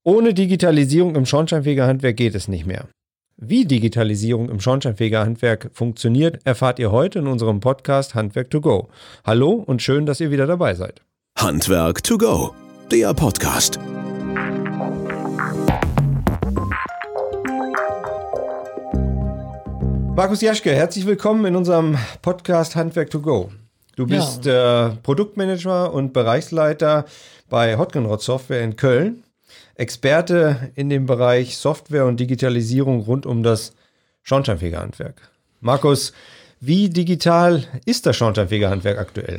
Ohne Digitalisierung im Schornsteinfegerhandwerk geht es nicht mehr. Wie Digitalisierung im Schornsteinfegerhandwerk funktioniert, erfahrt ihr heute in unserem Podcast Handwerk to go. Hallo und schön, dass ihr wieder dabei seid. Handwerk to go, der Podcast. Markus Jaschke, herzlich willkommen in unserem Podcast Handwerk to go. Du bist Produktmanager und Bereichsleiter bei Hotgenrod Software in Köln. Experte in dem Bereich Software und Digitalisierung rund um das Schornsteinfegerhandwerk. Markus, wie digital ist das Schornsteinfegerhandwerk aktuell?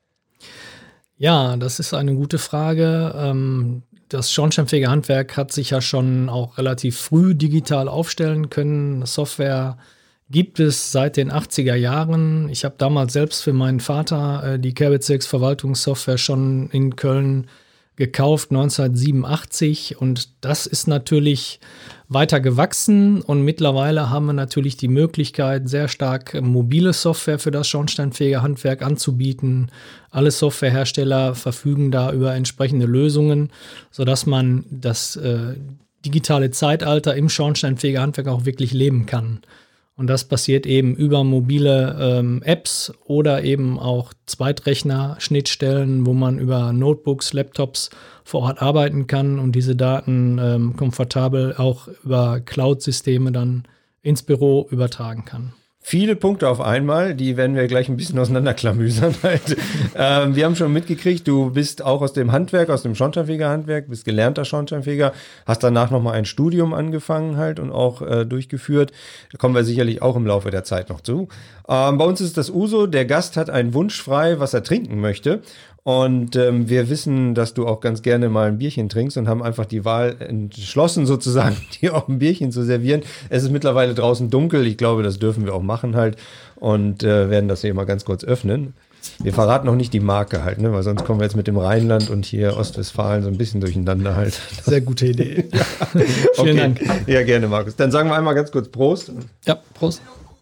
Ja, das ist eine gute Frage. Das Schornsteinfegerhandwerk hat sich ja schon auch relativ früh digital aufstellen können. Software gibt es seit den 80er Jahren. Ich habe damals selbst für meinen Vater die Kehrbezirksverwaltungssoftware schon in Köln gekauft, 1987, und das ist natürlich weiter gewachsen und mittlerweile haben wir natürlich die Möglichkeit, sehr stark mobile Software für das Schornsteinfegerhandwerk anzubieten. Alle Softwarehersteller verfügen da über entsprechende Lösungen, sodass man das digitale Zeitalter im Schornsteinfegerhandwerk auch wirklich leben kann. Und das passiert eben über mobile Apps oder eben auch Zweitrechner-Schnittstellen, wo man über Notebooks, Laptops vor Ort arbeiten kann und diese Daten komfortabel auch über Cloud-Systeme dann ins Büro übertragen kann. Viele Punkte auf einmal, die werden wir gleich ein bisschen auseinanderklamüsern. Wir haben schon mitgekriegt, du bist auch aus dem Handwerk, aus dem Schornsteinfegerhandwerk, bist gelernter Schornsteinfeger, hast danach nochmal ein Studium angefangen halt und auch durchgeführt. Da kommen wir sicherlich auch im Laufe der Zeit noch zu. Bei uns ist das Uso, der Gast hat einen Wunsch frei, was er trinken möchte. Und wir wissen, dass du auch ganz gerne mal ein Bierchen trinkst und haben einfach die Wahl entschlossen, sozusagen, dir auch ein Bierchen zu servieren. Es ist mittlerweile draußen dunkel, ich glaube, das dürfen wir auch machen halt und werden das hier mal ganz kurz öffnen. Wir verraten noch nicht die Marke halt, ne? Weil sonst kommen wir jetzt mit dem Rheinland und hier Ostwestfalen so ein bisschen durcheinander halt. Sehr gute Idee. Ja. Vielen Dank. Ja, gerne, Markus. Dann sagen wir einmal ganz kurz Prost. Ja, Prost.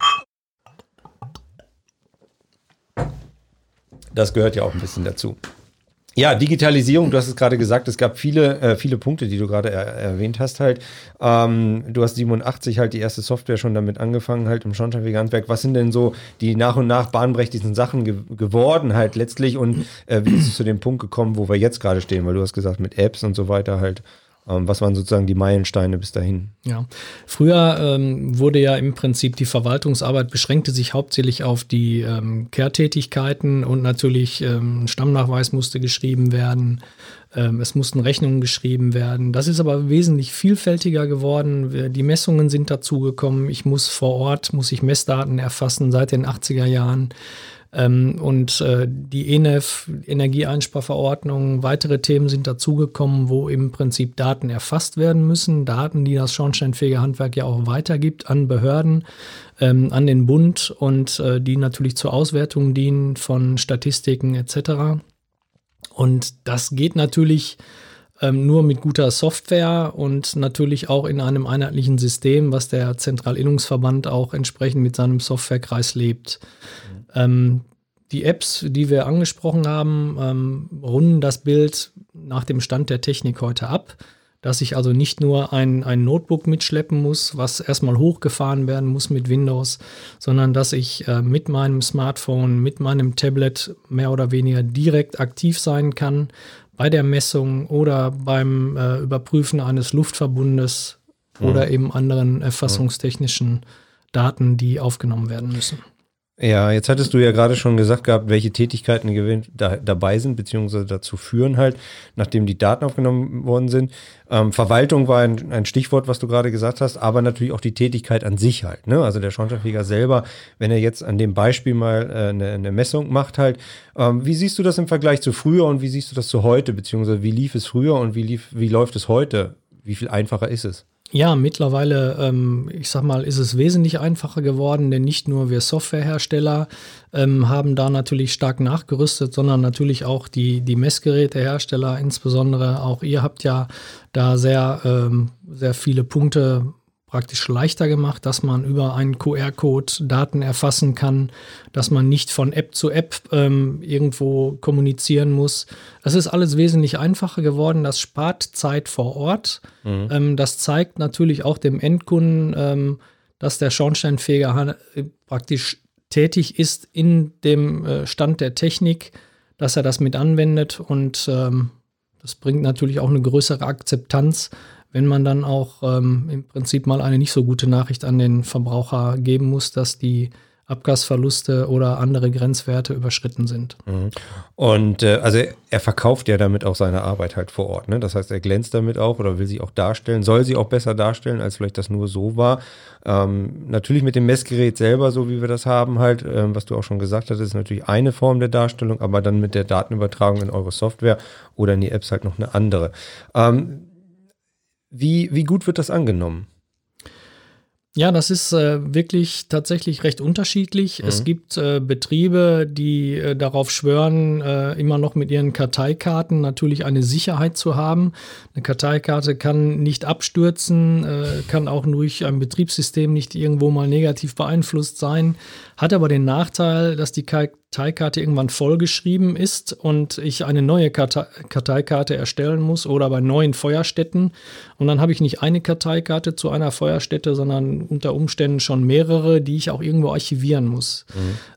Das gehört ja auch ein bisschen dazu. Ja, Digitalisierung, du hast es gerade gesagt, es gab viele Punkte, die du gerade erwähnt hast halt. Du hast 87 halt die erste Software schon damit angefangen halt im Schornsteinfegerhandwerk. Was sind denn so die nach und nach bahnbrechendsten Sachen geworden halt letztlich und wie ist es zu dem Punkt gekommen, wo wir jetzt gerade stehen? Weil du hast gesagt, mit Apps und so weiter halt. Was waren sozusagen die Meilensteine bis dahin? Ja, früher wurde ja im Prinzip die Verwaltungsarbeit beschränkte sich hauptsächlich auf die Kehrtätigkeiten und natürlich ein Stammnachweis musste geschrieben werden, es mussten Rechnungen geschrieben werden. Das ist aber wesentlich vielfältiger geworden. Die Messungen sind dazugekommen. Ich muss vor Ort, Messdaten erfassen seit den 80er Jahren. Und die ENEF, Energieeinsparverordnung, weitere Themen sind dazugekommen, wo im Prinzip Daten erfasst werden müssen. Daten, die das Schornsteinfegerhandwerk ja auch weitergibt an Behörden, an den Bund und die natürlich zur Auswertung dienen von Statistiken etc. Und das geht natürlich nur mit guter Software und natürlich auch in einem einheitlichen System, was der Zentralinnungsverband auch entsprechend mit seinem Softwarekreis lebt. Die Apps, die wir angesprochen haben, runden das Bild nach dem Stand der Technik heute ab, dass ich also nicht nur ein Notebook mitschleppen muss, was erstmal hochgefahren werden muss mit Windows, sondern dass ich mit meinem Smartphone, mit meinem Tablet mehr oder weniger direkt aktiv sein kann bei der Messung oder beim Überprüfen eines Luftverbundes oder eben anderen erfassungstechnischen Daten, die aufgenommen werden müssen. Ja, jetzt hattest du ja gerade schon gesagt gehabt, welche Tätigkeiten dabei sind, beziehungsweise dazu führen halt, nachdem die Daten aufgenommen worden sind. Verwaltung war ein Stichwort, was du gerade gesagt hast, aber natürlich auch die Tätigkeit an sich halt, ne? Also der Schornsteinfeger selber, wenn er jetzt an dem Beispiel mal eine Messung macht halt, wie siehst du das im Vergleich zu früher und wie siehst du das zu heute, beziehungsweise wie lief es früher und wie läuft es heute? Wie viel einfacher ist es? Ja, mittlerweile, ich sag mal, ist es wesentlich einfacher geworden, denn nicht nur wir Softwarehersteller haben da natürlich stark nachgerüstet, sondern natürlich auch die Messgerätehersteller, insbesondere auch ihr habt ja da sehr viele Punkte praktisch leichter gemacht, dass man über einen QR-Code Daten erfassen kann, dass man nicht von App zu App irgendwo kommunizieren muss. Das ist alles wesentlich einfacher geworden. Das spart Zeit vor Ort. Das zeigt natürlich auch dem Endkunden, dass der Schornsteinfeger praktisch tätig ist in dem Stand der Technik, dass er das mit anwendet und das bringt natürlich auch eine größere Akzeptanz, wenn man dann auch im Prinzip mal eine nicht so gute Nachricht an den Verbraucher geben muss, dass die Abgasverluste oder andere Grenzwerte überschritten sind. Und also er verkauft ja damit auch seine Arbeit halt vor Ort, ne? Das heißt, er glänzt damit auch oder will sie auch darstellen, soll sie auch besser darstellen, als vielleicht das nur so war. Natürlich mit dem Messgerät selber, so wie wir das haben halt, was du auch schon gesagt hast, ist natürlich eine Form der Darstellung, aber dann mit der Datenübertragung in eure Software oder in die Apps halt noch eine andere. Wie gut wird das angenommen? Ja, das ist wirklich tatsächlich recht unterschiedlich. Es gibt Betriebe, die darauf schwören, immer noch mit ihren Karteikarten natürlich eine Sicherheit zu haben. Eine Karteikarte kann nicht abstürzen, kann auch durch ein Betriebssystem nicht irgendwo mal negativ beeinflusst sein, hat aber den Nachteil, dass die Karteikarte irgendwann vollgeschrieben ist und ich eine neue Karteikarte erstellen muss oder bei neuen Feuerstätten. Und dann habe ich nicht eine Karteikarte zu einer Feuerstätte, sondern unter Umständen schon mehrere, die ich auch irgendwo archivieren muss.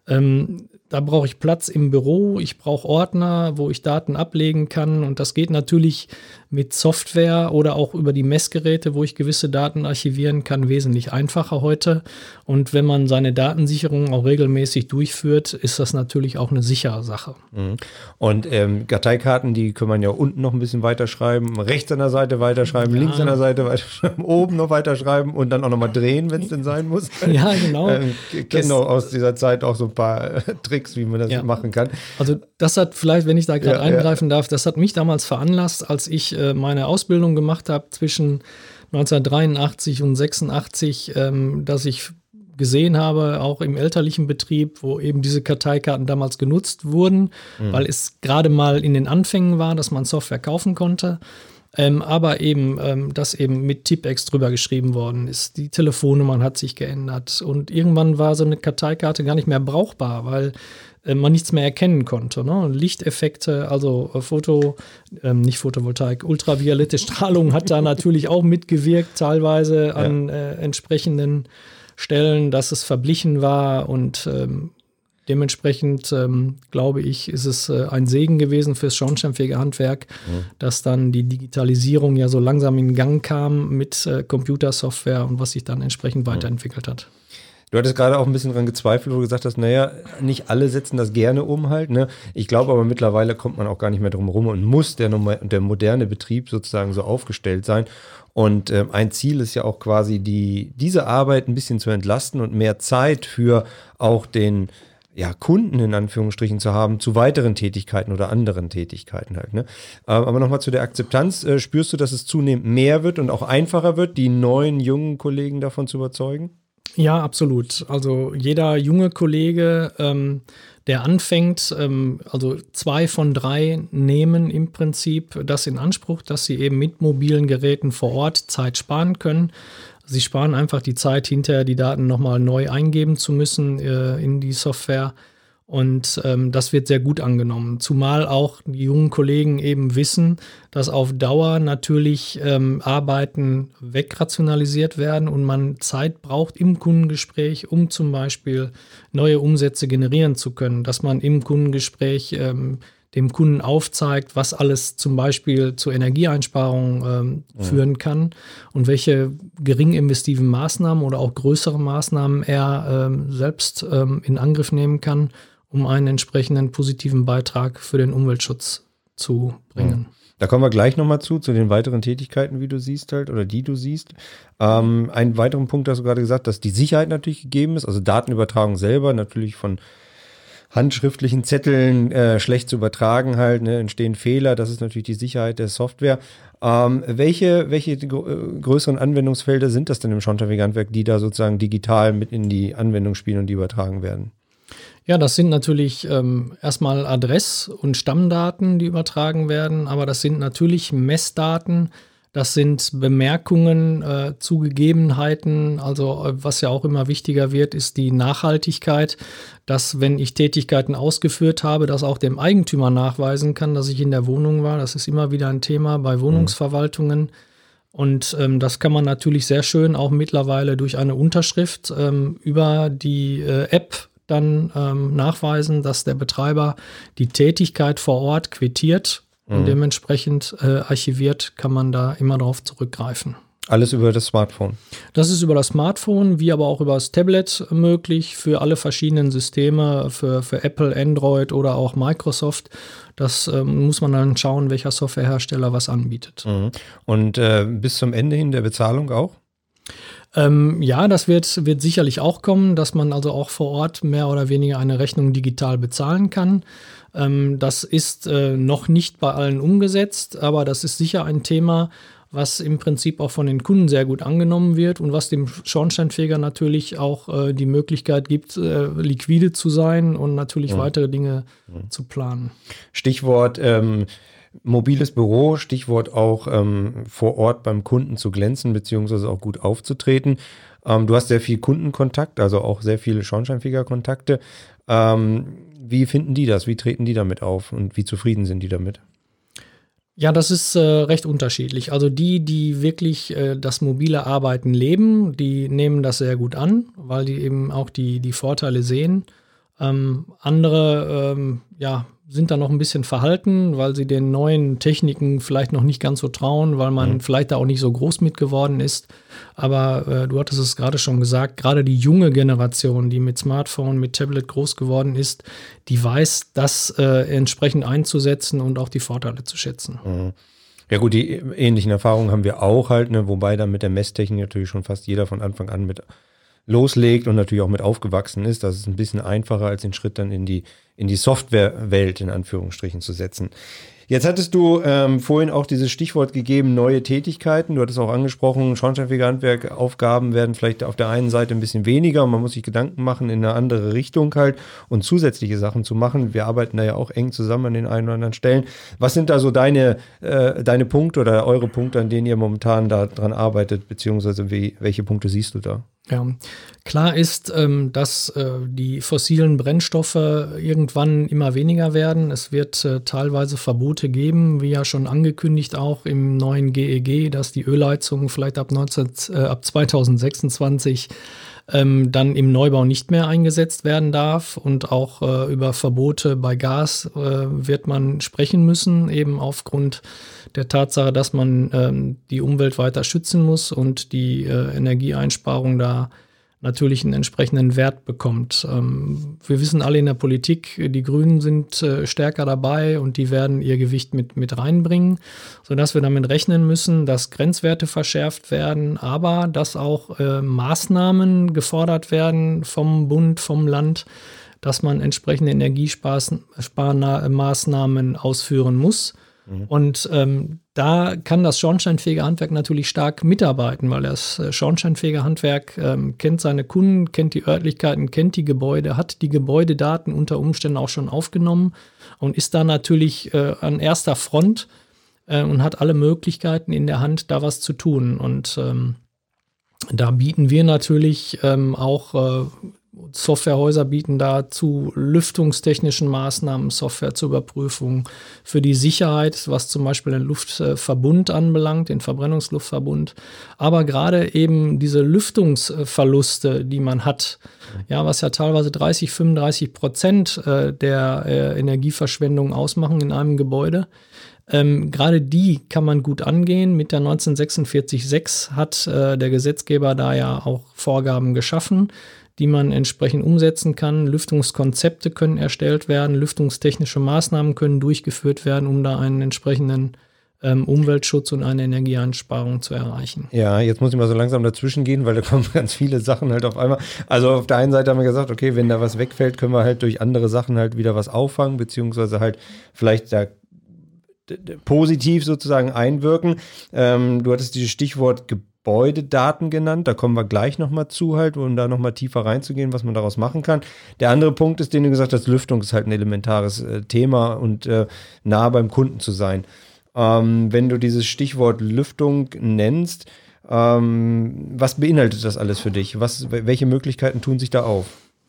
Da brauche ich Platz im Büro, ich brauche Ordner, wo ich Daten ablegen kann. Und das geht natürlich mit Software oder auch über die Messgeräte, wo ich gewisse Daten archivieren kann, wesentlich einfacher heute. Und wenn man seine Datensicherung auch regelmäßig durchführt, ist das natürlich auch eine sichere Sache. Und Karteikarten, die kann man ja unten noch ein bisschen weiterschreiben, rechts an der Seite weiterschreiben, links an der Seite weiterschreiben, oben noch weiterschreiben und dann auch nochmal drehen, wenn es denn sein muss. Ja, genau. Ich kenne auch aus dieser Zeit auch so ein paar Tricks, wie man das machen kann. Also das hat vielleicht, wenn ich da gerade eingreifen darf, das hat mich damals veranlasst, als ich meine Ausbildung gemacht habe zwischen 1983 und 86, dass ich gesehen habe, auch im elterlichen Betrieb, wo eben diese Karteikarten damals genutzt wurden, weil es gerade mal in den Anfängen war, dass man Software kaufen konnte. Aber eben, dass eben mit Tipex drüber geschrieben worden ist. Die Telefonnummer hat sich geändert und irgendwann war so eine Karteikarte gar nicht mehr brauchbar, weil man nichts mehr erkennen konnte. Ne? Lichteffekte, also nicht Photovoltaik, ultraviolette Strahlung hat da natürlich auch mitgewirkt, teilweise an entsprechenden Stellen, dass es verblichen war und dementsprechend, glaube ich, ist es ein Segen gewesen fürs Schornsteinfegerhandwerk, dass dann die Digitalisierung ja so langsam in Gang kam mit Computersoftware und was sich dann entsprechend weiterentwickelt hat. Du hattest gerade auch ein bisschen dran gezweifelt, wo du gesagt hast, naja, nicht alle setzen das gerne um halt. Ne? Ich glaube aber mittlerweile kommt man auch gar nicht mehr drum rum und muss der moderne Betrieb sozusagen so aufgestellt sein. Und ein Ziel ist ja auch quasi diese Arbeit ein bisschen zu entlasten und mehr Zeit für auch den Kunden in Anführungsstrichen zu haben, zu weiteren Tätigkeiten oder anderen Tätigkeiten halt. Ne? Aber nochmal zu der Akzeptanz. Spürst du, dass es zunehmend mehr wird und auch einfacher wird, die neuen, jungen Kollegen davon zu überzeugen? Ja, absolut. Also jeder junge Kollege, der anfängt, also 2 von 3 nehmen im Prinzip das in Anspruch, dass sie eben mit mobilen Geräten vor Ort Zeit sparen können. Sie sparen einfach die Zeit, hinterher die Daten nochmal neu eingeben zu müssen in die Software. Und das wird sehr gut angenommen. Zumal auch die jungen Kollegen eben wissen, dass auf Dauer natürlich Arbeiten wegrationalisiert werden und man Zeit braucht im Kundengespräch, um zum Beispiel neue Umsätze generieren zu können. Dass man im Kundengespräch dem Kunden aufzeigt, was alles zum Beispiel zur Energieeinsparung führen kann und welche gering investiven Maßnahmen oder auch größere Maßnahmen er selbst in Angriff nehmen kann, um einen entsprechenden positiven Beitrag für den Umweltschutz zu bringen. Da kommen wir gleich nochmal zu den weiteren Tätigkeiten, wie du siehst halt, oder die du siehst. Einen weiteren Punkt hast du gerade gesagt, dass die Sicherheit natürlich gegeben ist, also Datenübertragung selber natürlich von handschriftlichen Zetteln schlecht zu übertragen halt, ne, entstehen Fehler, das ist natürlich die Sicherheit der Software. Welche größeren Anwendungsfelder sind das denn im Schornsteinfegerhandwerk, die da sozusagen digital mit in die Anwendung spielen und die übertragen werden? Ja, das sind natürlich erstmal Adress- und Stammdaten, die übertragen werden, aber das sind natürlich Messdaten. Das sind Bemerkungen zu Gegebenheiten. Also was ja auch immer wichtiger wird, ist die Nachhaltigkeit, dass wenn ich Tätigkeiten ausgeführt habe, das auch dem Eigentümer nachweisen kann, dass ich in der Wohnung war. Das ist immer wieder ein Thema bei Wohnungsverwaltungen. Und das kann man natürlich sehr schön auch mittlerweile durch eine Unterschrift über die App dann nachweisen, dass der Betreiber die Tätigkeit vor Ort quittiert und dementsprechend archiviert, kann man da immer darauf zurückgreifen. Alles über das Smartphone? Das ist über das Smartphone, wie aber auch über das Tablet möglich für alle verschiedenen Systeme, für Apple, Android oder auch Microsoft. Das muss man dann schauen, welcher Softwarehersteller was anbietet. Und bis zum Ende hin der Bezahlung auch? Ja, das wird sicherlich auch kommen, dass man also auch vor Ort mehr oder weniger eine Rechnung digital bezahlen kann. Das ist noch nicht bei allen umgesetzt, aber das ist sicher ein Thema, was im Prinzip auch von den Kunden sehr gut angenommen wird und was dem Schornsteinfeger natürlich auch die Möglichkeit gibt, liquide zu sein und natürlich weitere Dinge zu planen. Stichwort mobiles Büro, Stichwort auch vor Ort beim Kunden zu glänzen, beziehungsweise auch gut aufzutreten. Du hast sehr viel Kundenkontakt, also auch sehr viele Schornsteinfegerkontakte. Wie finden die das? Wie treten die damit auf und wie zufrieden sind die damit? Ja, das ist recht unterschiedlich. Also die wirklich das mobile Arbeiten leben, die nehmen das sehr gut an, weil die eben auch die Vorteile sehen. Andere sind da noch ein bisschen verhalten, weil sie den neuen Techniken vielleicht noch nicht ganz so trauen, weil man vielleicht da auch nicht so groß mit geworden ist. Aber du hattest es gerade schon gesagt, gerade die junge Generation, die mit Smartphone, mit Tablet groß geworden ist, die weiß, das entsprechend einzusetzen und auch die Vorteile zu schätzen. Ja gut, die ähnlichen Erfahrungen haben wir auch halt, ne? Wobei dann mit der Messtechnik natürlich schon fast jeder von Anfang an mit loslegt und natürlich auch mit aufgewachsen ist. Das ist ein bisschen einfacher, als den Schritt dann in die Softwarewelt in Anführungsstrichen zu setzen. Jetzt hattest du vorhin auch dieses Stichwort gegeben, neue Tätigkeiten. Du hattest auch angesprochen, Schornsteinfegerhandwerk, Aufgaben werden vielleicht auf der einen Seite ein bisschen weniger und man muss sich Gedanken machen, in eine andere Richtung halt und zusätzliche Sachen zu machen. Wir arbeiten da ja auch eng zusammen an den einen oder anderen Stellen. Was sind da so deine Punkte oder eure Punkte, an denen ihr momentan da dran arbeitet, beziehungsweise welche Punkte siehst du da? Ja, klar ist, dass die fossilen Brennstoffe irgendwann immer weniger werden. Es wird teilweise Verbote geben, wie ja schon angekündigt auch im neuen GEG, dass die Ölheizung vielleicht ab 2026 dann im Neubau nicht mehr eingesetzt werden darf. Und auch über Verbote bei Gas wird man sprechen müssen, eben aufgrund der Tatsache, dass man die Umwelt weiter schützen muss und die Energieeinsparung da natürlich einen entsprechenden Wert bekommt. Wir wissen alle in der Politik, die Grünen sind stärker dabei und die werden ihr Gewicht mit reinbringen, sodass wir damit rechnen müssen, dass Grenzwerte verschärft werden, aber dass auch Maßnahmen gefordert werden vom Bund, vom Land, dass man entsprechende Energiesparmaßnahmen ausführen muss. Und da kann das Schornsteinfegerhandwerk natürlich stark mitarbeiten, weil das Schornsteinfegerhandwerk kennt seine Kunden, kennt die Örtlichkeiten, kennt die Gebäude, hat die Gebäudedaten unter Umständen auch schon aufgenommen und ist da natürlich an erster Front und hat alle Möglichkeiten in der Hand, da was zu tun. Und da bieten wir natürlich auch Softwarehäuser bieten dazu lüftungstechnischen Maßnahmen, Software zur Überprüfung für die Sicherheit, was zum Beispiel den Luftverbund anbelangt, den Verbrennungsluftverbund. Aber gerade eben diese Lüftungsverluste, die man hat, ja, was ja teilweise 30-35% der Energieverschwendung ausmachen in einem Gebäude, gerade die kann man gut angehen. Mit der 1946-6 hat der Gesetzgeber da ja auch Vorgaben geschaffen, die man entsprechend umsetzen kann. Lüftungskonzepte können erstellt werden, lüftungstechnische Maßnahmen können durchgeführt werden, um da einen entsprechenden Umweltschutz und eine Energieeinsparung zu erreichen. Ja, jetzt muss ich mal so langsam dazwischen gehen, weil da kommen ganz viele Sachen halt auf einmal. Also auf der einen Seite haben wir gesagt, okay, wenn da was wegfällt, können wir halt durch andere Sachen halt wieder was auffangen, beziehungsweise halt vielleicht da positiv sozusagen einwirken. Du hattest dieses Stichwort Gebäudedaten genannt, da kommen wir gleich nochmal zu halt, um da nochmal tiefer reinzugehen, was man daraus machen kann. Der andere Punkt ist, den du gesagt hast, Lüftung ist halt ein elementares Thema und nah beim Kunden zu sein. Wenn du dieses Stichwort Lüftung nennst, was beinhaltet das alles für dich? Welche Möglichkeiten tun sich da auf?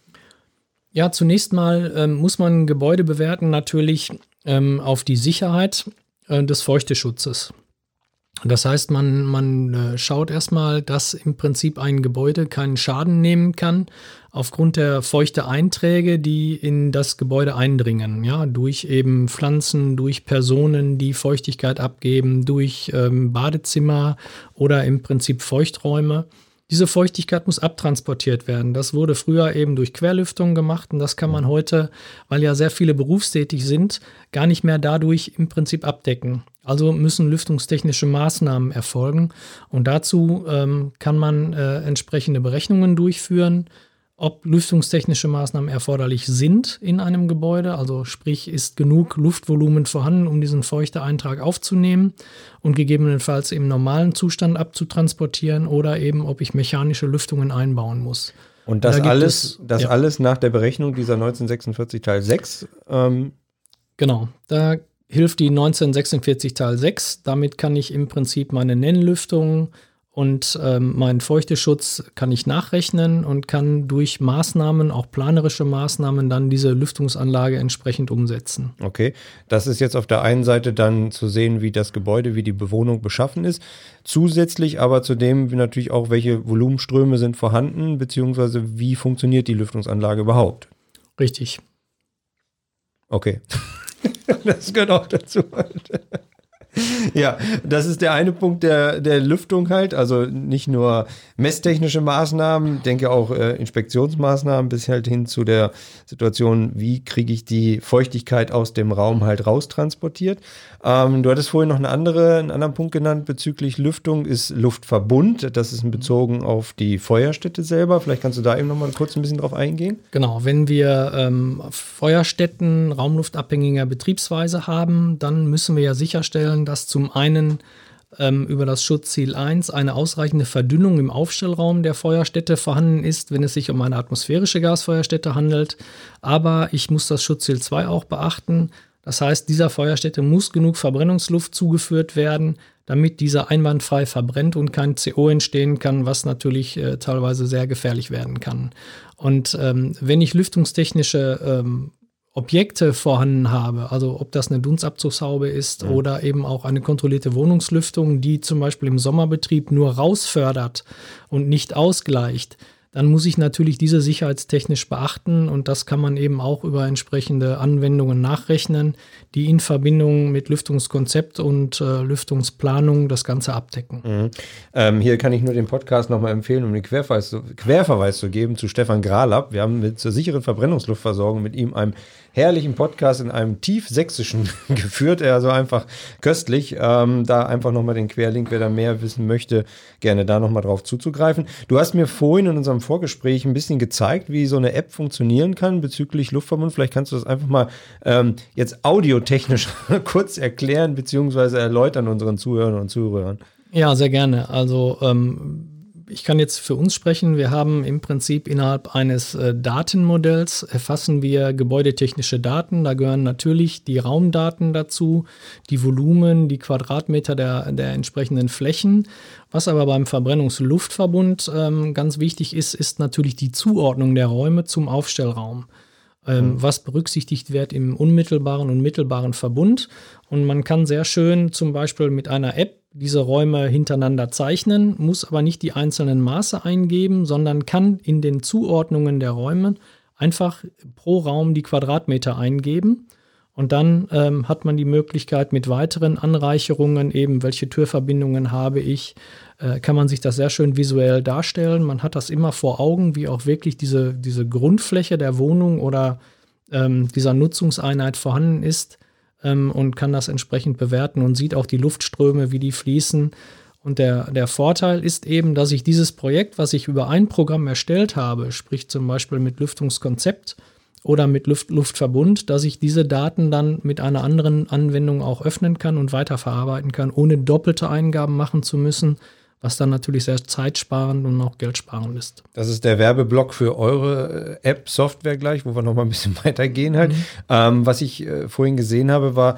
Ja, zunächst mal muss man Gebäude bewerten natürlich auf die Sicherheit des Feuchteschutzes. Das heißt, man schaut erstmal, dass im Prinzip ein Gebäude keinen Schaden nehmen kann aufgrund der Feuchteeinträge, die in das Gebäude eindringen. Ja, durch eben Pflanzen, durch Personen, die Feuchtigkeit abgeben, durch Badezimmer oder im Prinzip Feuchträume. Diese Feuchtigkeit muss abtransportiert werden. Das wurde früher eben durch Querlüftung gemacht und das kann man heute, weil ja sehr viele berufstätig sind, gar nicht mehr dadurch im Prinzip abdecken. Also müssen lüftungstechnische Maßnahmen erfolgen und dazu kann man entsprechende Berechnungen durchführen, ob lüftungstechnische Maßnahmen erforderlich sind in einem Gebäude, also sprich ist genug Luftvolumen vorhanden, um diesen Feuchteeintrag aufzunehmen und gegebenenfalls im normalen Zustand abzutransportieren oder eben ob ich mechanische Lüftungen einbauen muss. Und das alles nach der Berechnung dieser 1946 Teil 6? Genau, da hilft die 1946 Teil 6. Damit kann ich im Prinzip meine Nennlüftung und meinen Feuchteschutz kann ich nachrechnen und kann durch Maßnahmen, auch planerische Maßnahmen, dann diese Lüftungsanlage entsprechend umsetzen. Okay, das ist jetzt auf der einen Seite dann zu sehen, wie das Gebäude, wie die Bewohnung beschaffen ist. Zusätzlich aber zudem natürlich auch, welche Volumenströme sind vorhanden, beziehungsweise wie funktioniert die Lüftungsanlage überhaupt. Richtig. Okay, das gehört auch dazu. Ja, das ist der eine Punkt der Lüftung halt, also nicht nur messtechnische Maßnahmen, denke auch Inspektionsmaßnahmen bis halt hin zu der Situation, wie kriege ich die Feuchtigkeit aus dem Raum halt raustransportiert. Du hattest vorhin noch einen anderen Punkt genannt bezüglich Lüftung, ist Luftverbund, das ist bezogen auf die Feuerstätte selber, vielleicht kannst du da eben noch mal kurz ein bisschen drauf eingehen. Genau, wenn wir Feuerstätten raumluftabhängiger Betriebsweise haben, dann müssen wir ja sicherstellen, dass zum einen über das Schutzziel 1 eine ausreichende Verdünnung im Aufstellraum der Feuerstätte vorhanden ist, wenn es sich um eine atmosphärische Gasfeuerstätte handelt. Aber ich muss das Schutzziel 2 auch beachten. Das heißt, dieser Feuerstätte muss genug Verbrennungsluft zugeführt werden, damit diese einwandfrei verbrennt und kein CO entstehen kann, was natürlich teilweise sehr gefährlich werden kann. Und wenn ich lüftungstechnische Objekte vorhanden habe, also ob das eine Dunstabzugshaube ist oder eben auch eine kontrollierte Wohnungslüftung, die zum Beispiel im Sommerbetrieb nur rausfördert und nicht ausgleicht, dann muss ich natürlich diese sicherheitstechnisch beachten und das kann man eben auch über entsprechende Anwendungen nachrechnen, die in Verbindung mit Lüftungskonzept und Lüftungsplanung das Ganze abdecken. Hier kann ich nur den Podcast nochmal empfehlen, um den Querverweis zu geben zu Stefan Gralab. Wir haben zur sicheren Verbrennungsluftversorgung mit ihm einen herrlichen Podcast in einem tiefsächsischen geführt, also einfach köstlich. Da einfach nochmal den Querlink, wer da mehr wissen möchte, gerne da nochmal drauf zuzugreifen. Du hast mir vorhin in unserem Vorgespräch ein bisschen gezeigt, wie so eine App funktionieren kann bezüglich Luftverbund. Vielleicht kannst du das einfach mal jetzt audiotechnisch kurz erklären bzw. erläutern unseren Zuhörern und Zuhörern. Ja, sehr gerne. Also ich kann jetzt für uns sprechen. Wir haben im Prinzip innerhalb eines Datenmodells erfassen wir gebäudetechnische Daten. Da gehören natürlich die Raumdaten dazu, die Volumen, die Quadratmeter der entsprechenden Flächen. Was aber beim Verbrennungsluftverbund ganz wichtig ist, ist natürlich die Zuordnung der Räume zum Aufstellraum. Was berücksichtigt wird im unmittelbaren und mittelbaren Verbund. Und man kann sehr schön zum Beispiel mit einer App diese Räume hintereinander zeichnen, muss aber nicht die einzelnen Maße eingeben, sondern kann in den Zuordnungen der Räume einfach pro Raum die Quadratmeter eingeben. Und dann hat man die Möglichkeit mit weiteren Anreicherungen, eben welche Türverbindungen habe ich, kann man sich das sehr schön visuell darstellen. Man hat das immer vor Augen, wie auch wirklich diese Grundfläche der Wohnung oder dieser Nutzungseinheit vorhanden ist und kann das entsprechend bewerten und sieht auch die Luftströme, wie die fließen. Und der Vorteil ist eben, dass ich dieses Projekt, was ich über ein Programm erstellt habe, sprich zum Beispiel mit Lüftungskonzept oder mit Luftverbund, dass ich diese Daten dann mit einer anderen Anwendung auch öffnen kann und weiterverarbeiten kann, ohne doppelte Eingaben machen zu müssen, was dann natürlich sehr zeitsparend und auch geldsparend ist. Das ist der Werbeblock für eure App-Software gleich, wo wir noch mal ein bisschen weitergehen halt. Was ich vorhin gesehen habe, war,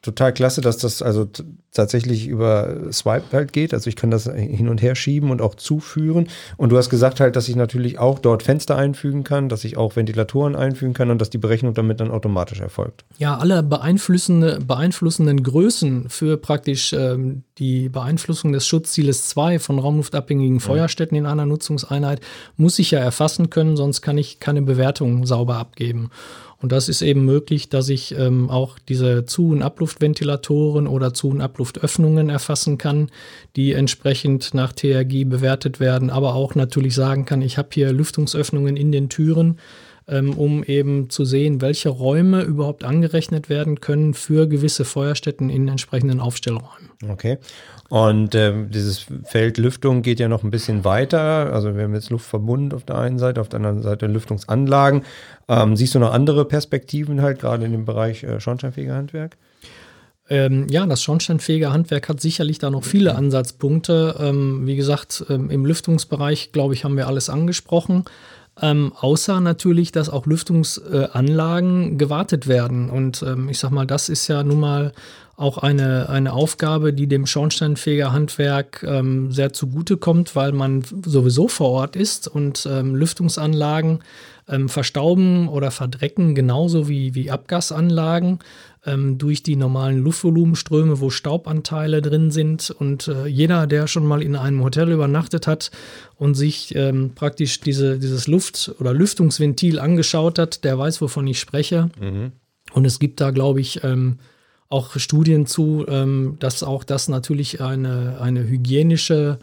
total klasse, dass das also tatsächlich über Swipe halt geht. Also ich kann das hin und her schieben und auch zuführen. Und du hast gesagt halt, dass ich natürlich auch dort Fenster einfügen kann, dass ich auch Ventilatoren einfügen kann und dass die Berechnung damit dann automatisch erfolgt. Ja, alle beeinflussenden Größen für praktisch die Beeinflussung des Schutzzieles 2 von raumluftabhängigen Feuerstätten in einer Nutzungseinheit muss ich ja erfassen können, sonst kann ich keine Bewertung sauber abgeben. Und das ist eben möglich, dass ich auch diese Zu- und Abluftventilatoren oder Zu- und Abluftöffnungen erfassen kann, die entsprechend nach TRG bewertet werden, aber auch natürlich sagen kann, ich habe hier Lüftungsöffnungen in den Türen, um eben zu sehen, welche Räume überhaupt angerechnet werden können für gewisse Feuerstätten in entsprechenden Aufstellräumen. Okay. Und dieses Feld Lüftung geht ja noch ein bisschen weiter. Also wir haben jetzt Luftverbund auf der einen Seite, auf der anderen Seite Lüftungsanlagen. Siehst du noch andere Perspektiven halt, gerade in dem Bereich Schornsteinfegerhandwerk? Ja, das Schornsteinfegerhandwerk hat sicherlich da noch viele Ansatzpunkte. Wie gesagt, im Lüftungsbereich, glaube ich, haben wir alles angesprochen. Außer natürlich, dass auch Lüftungsanlagen gewartet werden. Und ich sag mal, das ist ja nun mal auch eine Aufgabe, die dem Schornsteinfegerhandwerk sehr zugutekommt, weil man sowieso vor Ort ist und Lüftungsanlagen verstauben oder verdrecken, genauso wie Abgasanlagen durch die normalen Luftvolumenströme, wo Staubanteile drin sind. Und jeder, der schon mal in einem Hotel übernachtet hat und sich praktisch dieses Luft- oder Lüftungsventil angeschaut hat, der weiß, wovon ich spreche. Mhm. Und es gibt da, glaube ich, auch Studien zu, dass auch das natürlich ein hygienisches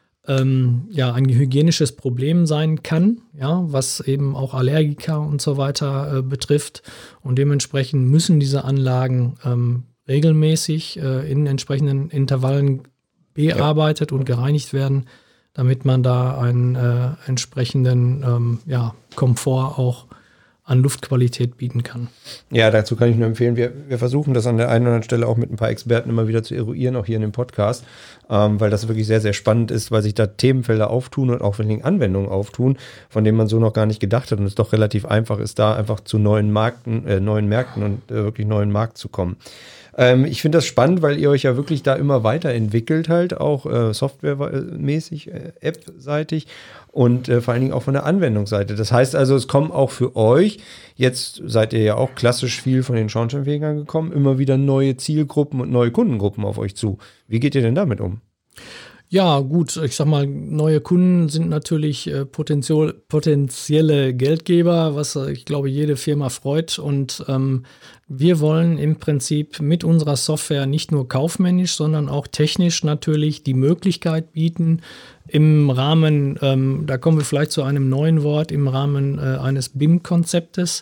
Problem sein kann, ja, was eben auch Allergiker und so weiter betrifft. Und dementsprechend müssen diese Anlagen regelmäßig in entsprechenden Intervallen bearbeitet und gereinigt werden, damit man da einen entsprechenden Komfort auch an Luftqualität bieten kann. Ja, dazu kann ich nur empfehlen, wir versuchen das an der einen oder anderen Stelle auch mit ein paar Experten immer wieder zu eruieren, auch hier in dem Podcast, weil das wirklich sehr, sehr spannend ist, weil sich da Themenfelder auftun und auch vor allen Dingen Anwendungen auftun, von denen man so noch gar nicht gedacht hat und es doch relativ einfach ist, da einfach zu neuen Märkten und wirklich neuen Markt zu kommen. Ich finde das spannend, weil ihr euch ja wirklich da immer weiterentwickelt halt, auch softwaremäßig, App-seitig und vor allen Dingen auch von der Anwendungsseite. Das heißt also, es kommen auch für euch, jetzt seid ihr ja auch klassisch viel von den Schornsteinfegern gekommen, immer wieder neue Zielgruppen und neue Kundengruppen auf euch zu. Wie geht ihr denn damit um? Ja, gut, ich sag mal, neue Kunden sind natürlich potenzielle Geldgeber, was ich glaube, jede Firma freut. Und wir wollen im Prinzip mit unserer Software nicht nur kaufmännisch, sondern auch technisch natürlich die Möglichkeit bieten, im Rahmen, da kommen wir vielleicht zu einem neuen Wort, im Rahmen eines BIM-Konzeptes,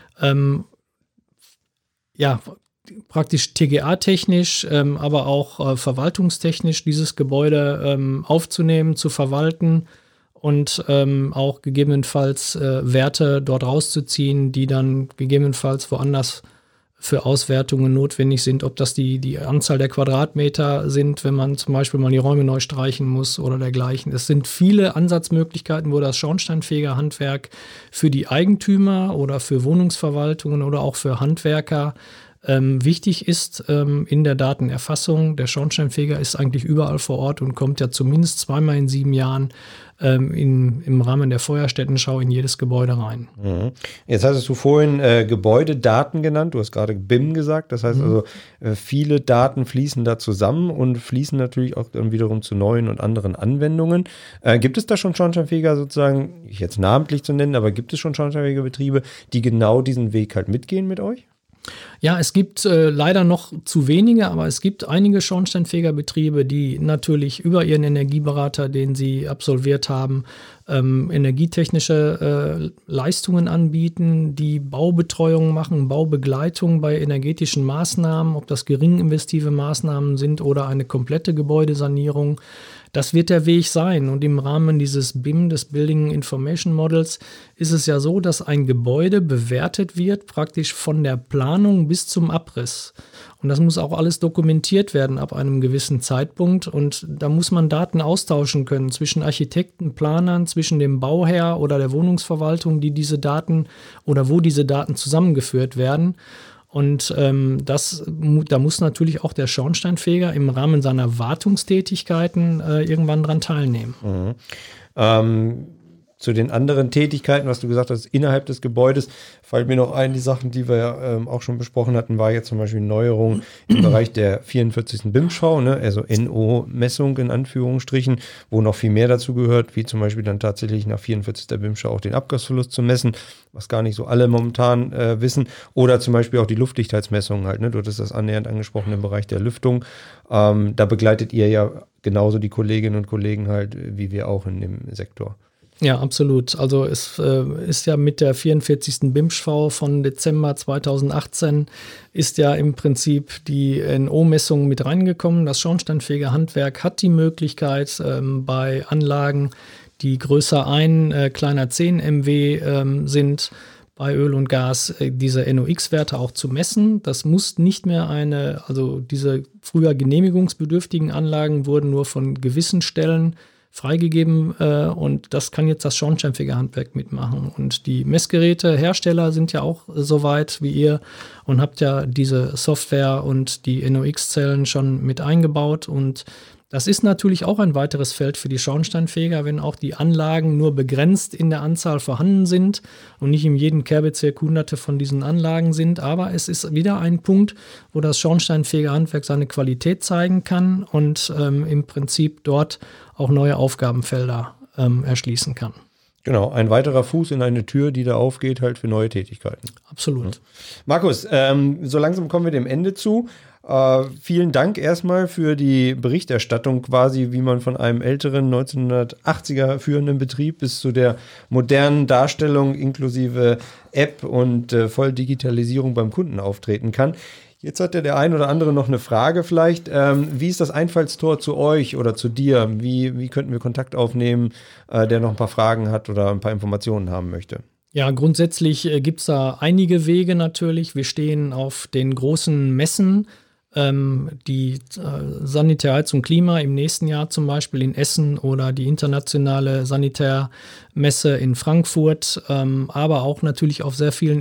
praktisch TGA-technisch, aber auch verwaltungstechnisch dieses Gebäude aufzunehmen, zu verwalten und auch gegebenenfalls Werte dort rauszuziehen, die dann gegebenenfalls woanders für Auswertungen notwendig sind, ob das die Anzahl der Quadratmeter sind, wenn man zum Beispiel mal die Räume neu streichen muss oder dergleichen. Es sind viele Ansatzmöglichkeiten, wo das Schornsteinfegerhandwerk für die Eigentümer oder für Wohnungsverwaltungen oder auch für Handwerker wichtig ist in der Datenerfassung. Der Schornsteinfeger ist eigentlich überall vor Ort und kommt ja zumindest 2-mal in 7 Jahren im Rahmen der Feuerstättenschau in jedes Gebäude rein. Mhm. Jetzt hattest du vorhin Gebäudedaten genannt, du hast gerade BIM gesagt, das heißt also viele Daten fließen da zusammen und fließen natürlich auch dann wiederum zu neuen und anderen Anwendungen. Gibt es da schon Schornsteinfeger sozusagen, jetzt namentlich zu nennen, aber gibt es schon Schornsteinfegerbetriebe, die genau diesen Weg halt mitgehen mit euch? Ja, es gibt leider noch zu wenige, aber es gibt einige Schornsteinfegerbetriebe, die natürlich über ihren Energieberater, den sie absolviert haben, energietechnische Leistungen anbieten, die Baubetreuung machen, Baubegleitung bei energetischen Maßnahmen, ob das gering investive Maßnahmen sind oder eine komplette Gebäudesanierung. Das wird der Weg sein. Und im Rahmen dieses BIM, des Building Information Models, ist es ja so, dass ein Gebäude bewertet wird, praktisch von der Planung bis zum Abriss. Und das muss auch alles dokumentiert werden ab einem gewissen Zeitpunkt. Und da muss man Daten austauschen können zwischen Architekten, Planern, zwischen dem Bauherr oder der Wohnungsverwaltung, die diese Daten oder wo diese Daten zusammengeführt werden. Und da muss natürlich auch der Schornsteinfeger im Rahmen seiner Wartungstätigkeiten irgendwann dran teilnehmen. Zu den anderen Tätigkeiten, was du gesagt hast, innerhalb des Gebäudes, fällt mir noch ein, die Sachen, die wir auch schon besprochen hatten, war jetzt zum Beispiel Neuerung im Bereich der 44. BIM-Schau, ne? Also NO-Messung in Anführungsstrichen, wo noch viel mehr dazu gehört, wie zum Beispiel dann tatsächlich nach 44. BIM-Schau auch den Abgasverlust zu messen, was gar nicht so alle momentan wissen. Oder zum Beispiel auch die Luftdichtheitsmessung halt, ne? Du hattest das annähernd angesprochen im Bereich der Lüftung. Da begleitet ihr ja genauso die Kolleginnen und Kollegen halt, wie wir auch in dem Sektor. Ja, absolut. Also es ist ja mit der 44. BIM-Schau von Dezember 2018 ist ja im Prinzip die NO-Messung mit reingekommen. Das Schornsteinfegerhandwerk hat die Möglichkeit, bei Anlagen, die größer 1, kleiner 10 MW sind, bei Öl und Gas diese NOx-Werte auch zu messen. Das muss nicht mehr also diese früher genehmigungsbedürftigen Anlagen wurden nur von gewissen Stellen freigegeben und das kann jetzt das Schornsteinfegerhandwerk mitmachen. Und die Messgerätehersteller sind ja auch so weit wie ihr und habt ja diese Software und die NOx-Zellen schon mit eingebaut. Und das ist natürlich auch ein weiteres Feld für die Schornsteinfeger, wenn auch die Anlagen nur begrenzt in der Anzahl vorhanden sind und nicht in jedem Kehrbezirk hunderte von diesen Anlagen sind. Aber es ist wieder ein Punkt, wo das Schornsteinfegerhandwerk seine Qualität zeigen kann und im Prinzip dort auch neue Aufgabenfelder erschließen kann. Genau, ein weiterer Fuß in eine Tür, die da aufgeht, halt für neue Tätigkeiten. Absolut. Ja. Markus, so langsam kommen wir dem Ende zu. Vielen Dank erstmal für die Berichterstattung quasi, wie man von einem älteren 1980er führenden Betrieb bis zu der modernen Darstellung inklusive App und Volldigitalisierung beim Kunden auftreten kann. Jetzt hat ja der ein oder andere noch eine Frage vielleicht. Wie ist das Einfallstor zu euch oder zu dir? Wie könnten wir Kontakt aufnehmen, der noch ein paar Fragen hat oder ein paar Informationen haben möchte? Ja, grundsätzlich gibt es da einige Wege natürlich. Wir stehen auf den großen Messen, die Sanitärheizung Klima im nächsten Jahr zum Beispiel in Essen oder die internationale Sanitärmesse in Frankfurt, aber auch natürlich auf sehr vielen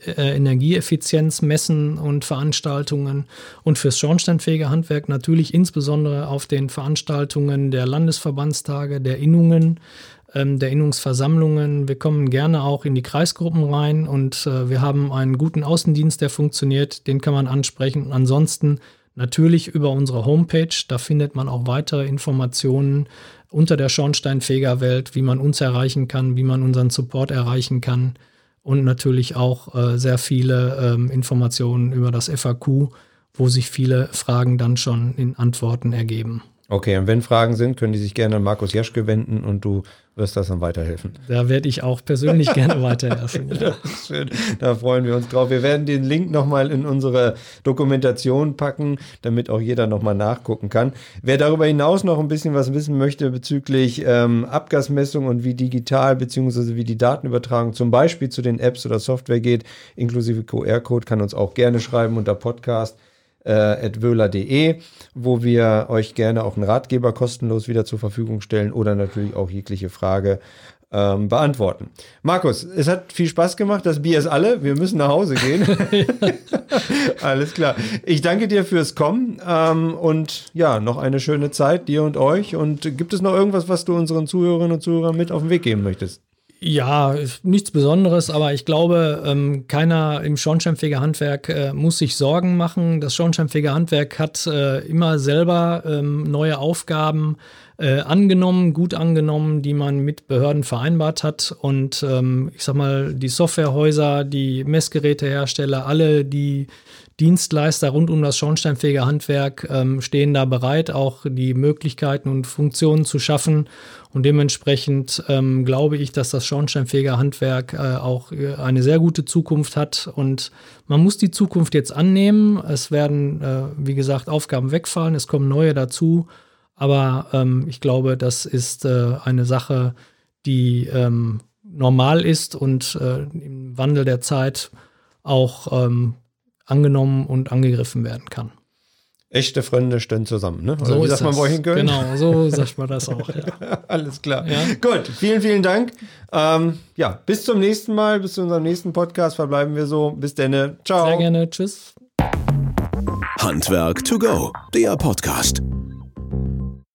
Energieeffizienzmessen und Veranstaltungen und fürs Schornsteinfegerhandwerk natürlich insbesondere auf den Veranstaltungen der Landesverbandstage, der Innungen, der Innungsversammlungen. Wir kommen gerne auch in die Kreisgruppen rein und wir haben einen guten Außendienst, der funktioniert, den kann man ansprechen. Und ansonsten natürlich über unsere Homepage, da findet man auch weitere Informationen unter der Schornsteinfegerwelt, wie man uns erreichen kann, wie man unseren Support erreichen kann und natürlich auch sehr viele Informationen über das FAQ, wo sich viele Fragen dann schon in Antworten ergeben. Okay, und wenn Fragen sind, können die sich gerne an Markus Jaschke wenden und du wirst das dann weiterhelfen. Da werde ich auch persönlich gerne weiterhelfen. Das ist schön, da freuen wir uns drauf. Wir werden den Link nochmal in unsere Dokumentation packen, damit auch jeder nochmal nachgucken kann. Wer darüber hinaus noch ein bisschen was wissen möchte bezüglich Abgasmessung und wie digital bzw. wie die Datenübertragung zum Beispiel zu den Apps oder Software geht, inklusive QR-Code, kann uns auch gerne schreiben unter podcast@wöhler.de, wo wir euch gerne auch einen Ratgeber kostenlos wieder zur Verfügung stellen oder natürlich auch jegliche Frage beantworten. Markus, es hat viel Spaß gemacht, das Bier ist alle, wir müssen nach Hause gehen. Alles klar. Ich danke dir fürs Kommen und ja, noch eine schöne Zeit dir und euch. Und gibt es noch irgendwas, was du unseren Zuhörerinnen und Zuhörern mit auf den Weg geben möchtest? Ja, nichts Besonderes, aber ich glaube, keiner im Schornsteinfegerhandwerk muss sich Sorgen machen. Das Schornsteinfegerhandwerk hat immer selber neue Aufgaben gut angenommen, die man mit Behörden vereinbart hat. Und ich sag mal, die Softwarehäuser, die Messgerätehersteller, alle die Dienstleister rund um das Schornsteinfegerhandwerk stehen da bereit, auch die Möglichkeiten und Funktionen zu schaffen. Und dementsprechend glaube ich, dass das Schornsteinfegerhandwerk auch eine sehr gute Zukunft hat. Und man muss die Zukunft jetzt annehmen. Es werden, wie gesagt, Aufgaben wegfallen, es kommen neue dazu. Aber ich glaube, das ist eine Sache, die normal ist und im Wandel der Zeit auch angenommen und angegriffen werden kann. Echte Freunde stehen zusammen, ne? Oder So wie ist sagt man bei euch in Köln? Genau, so sagt man das auch. Ja. Alles klar. Ja. Gut, vielen Dank. Bis zum nächsten Mal, bis zu unserem nächsten Podcast verbleiben wir so. Bis dann. Ciao. Sehr gerne. Tschüss. Handwerk to go, der Podcast.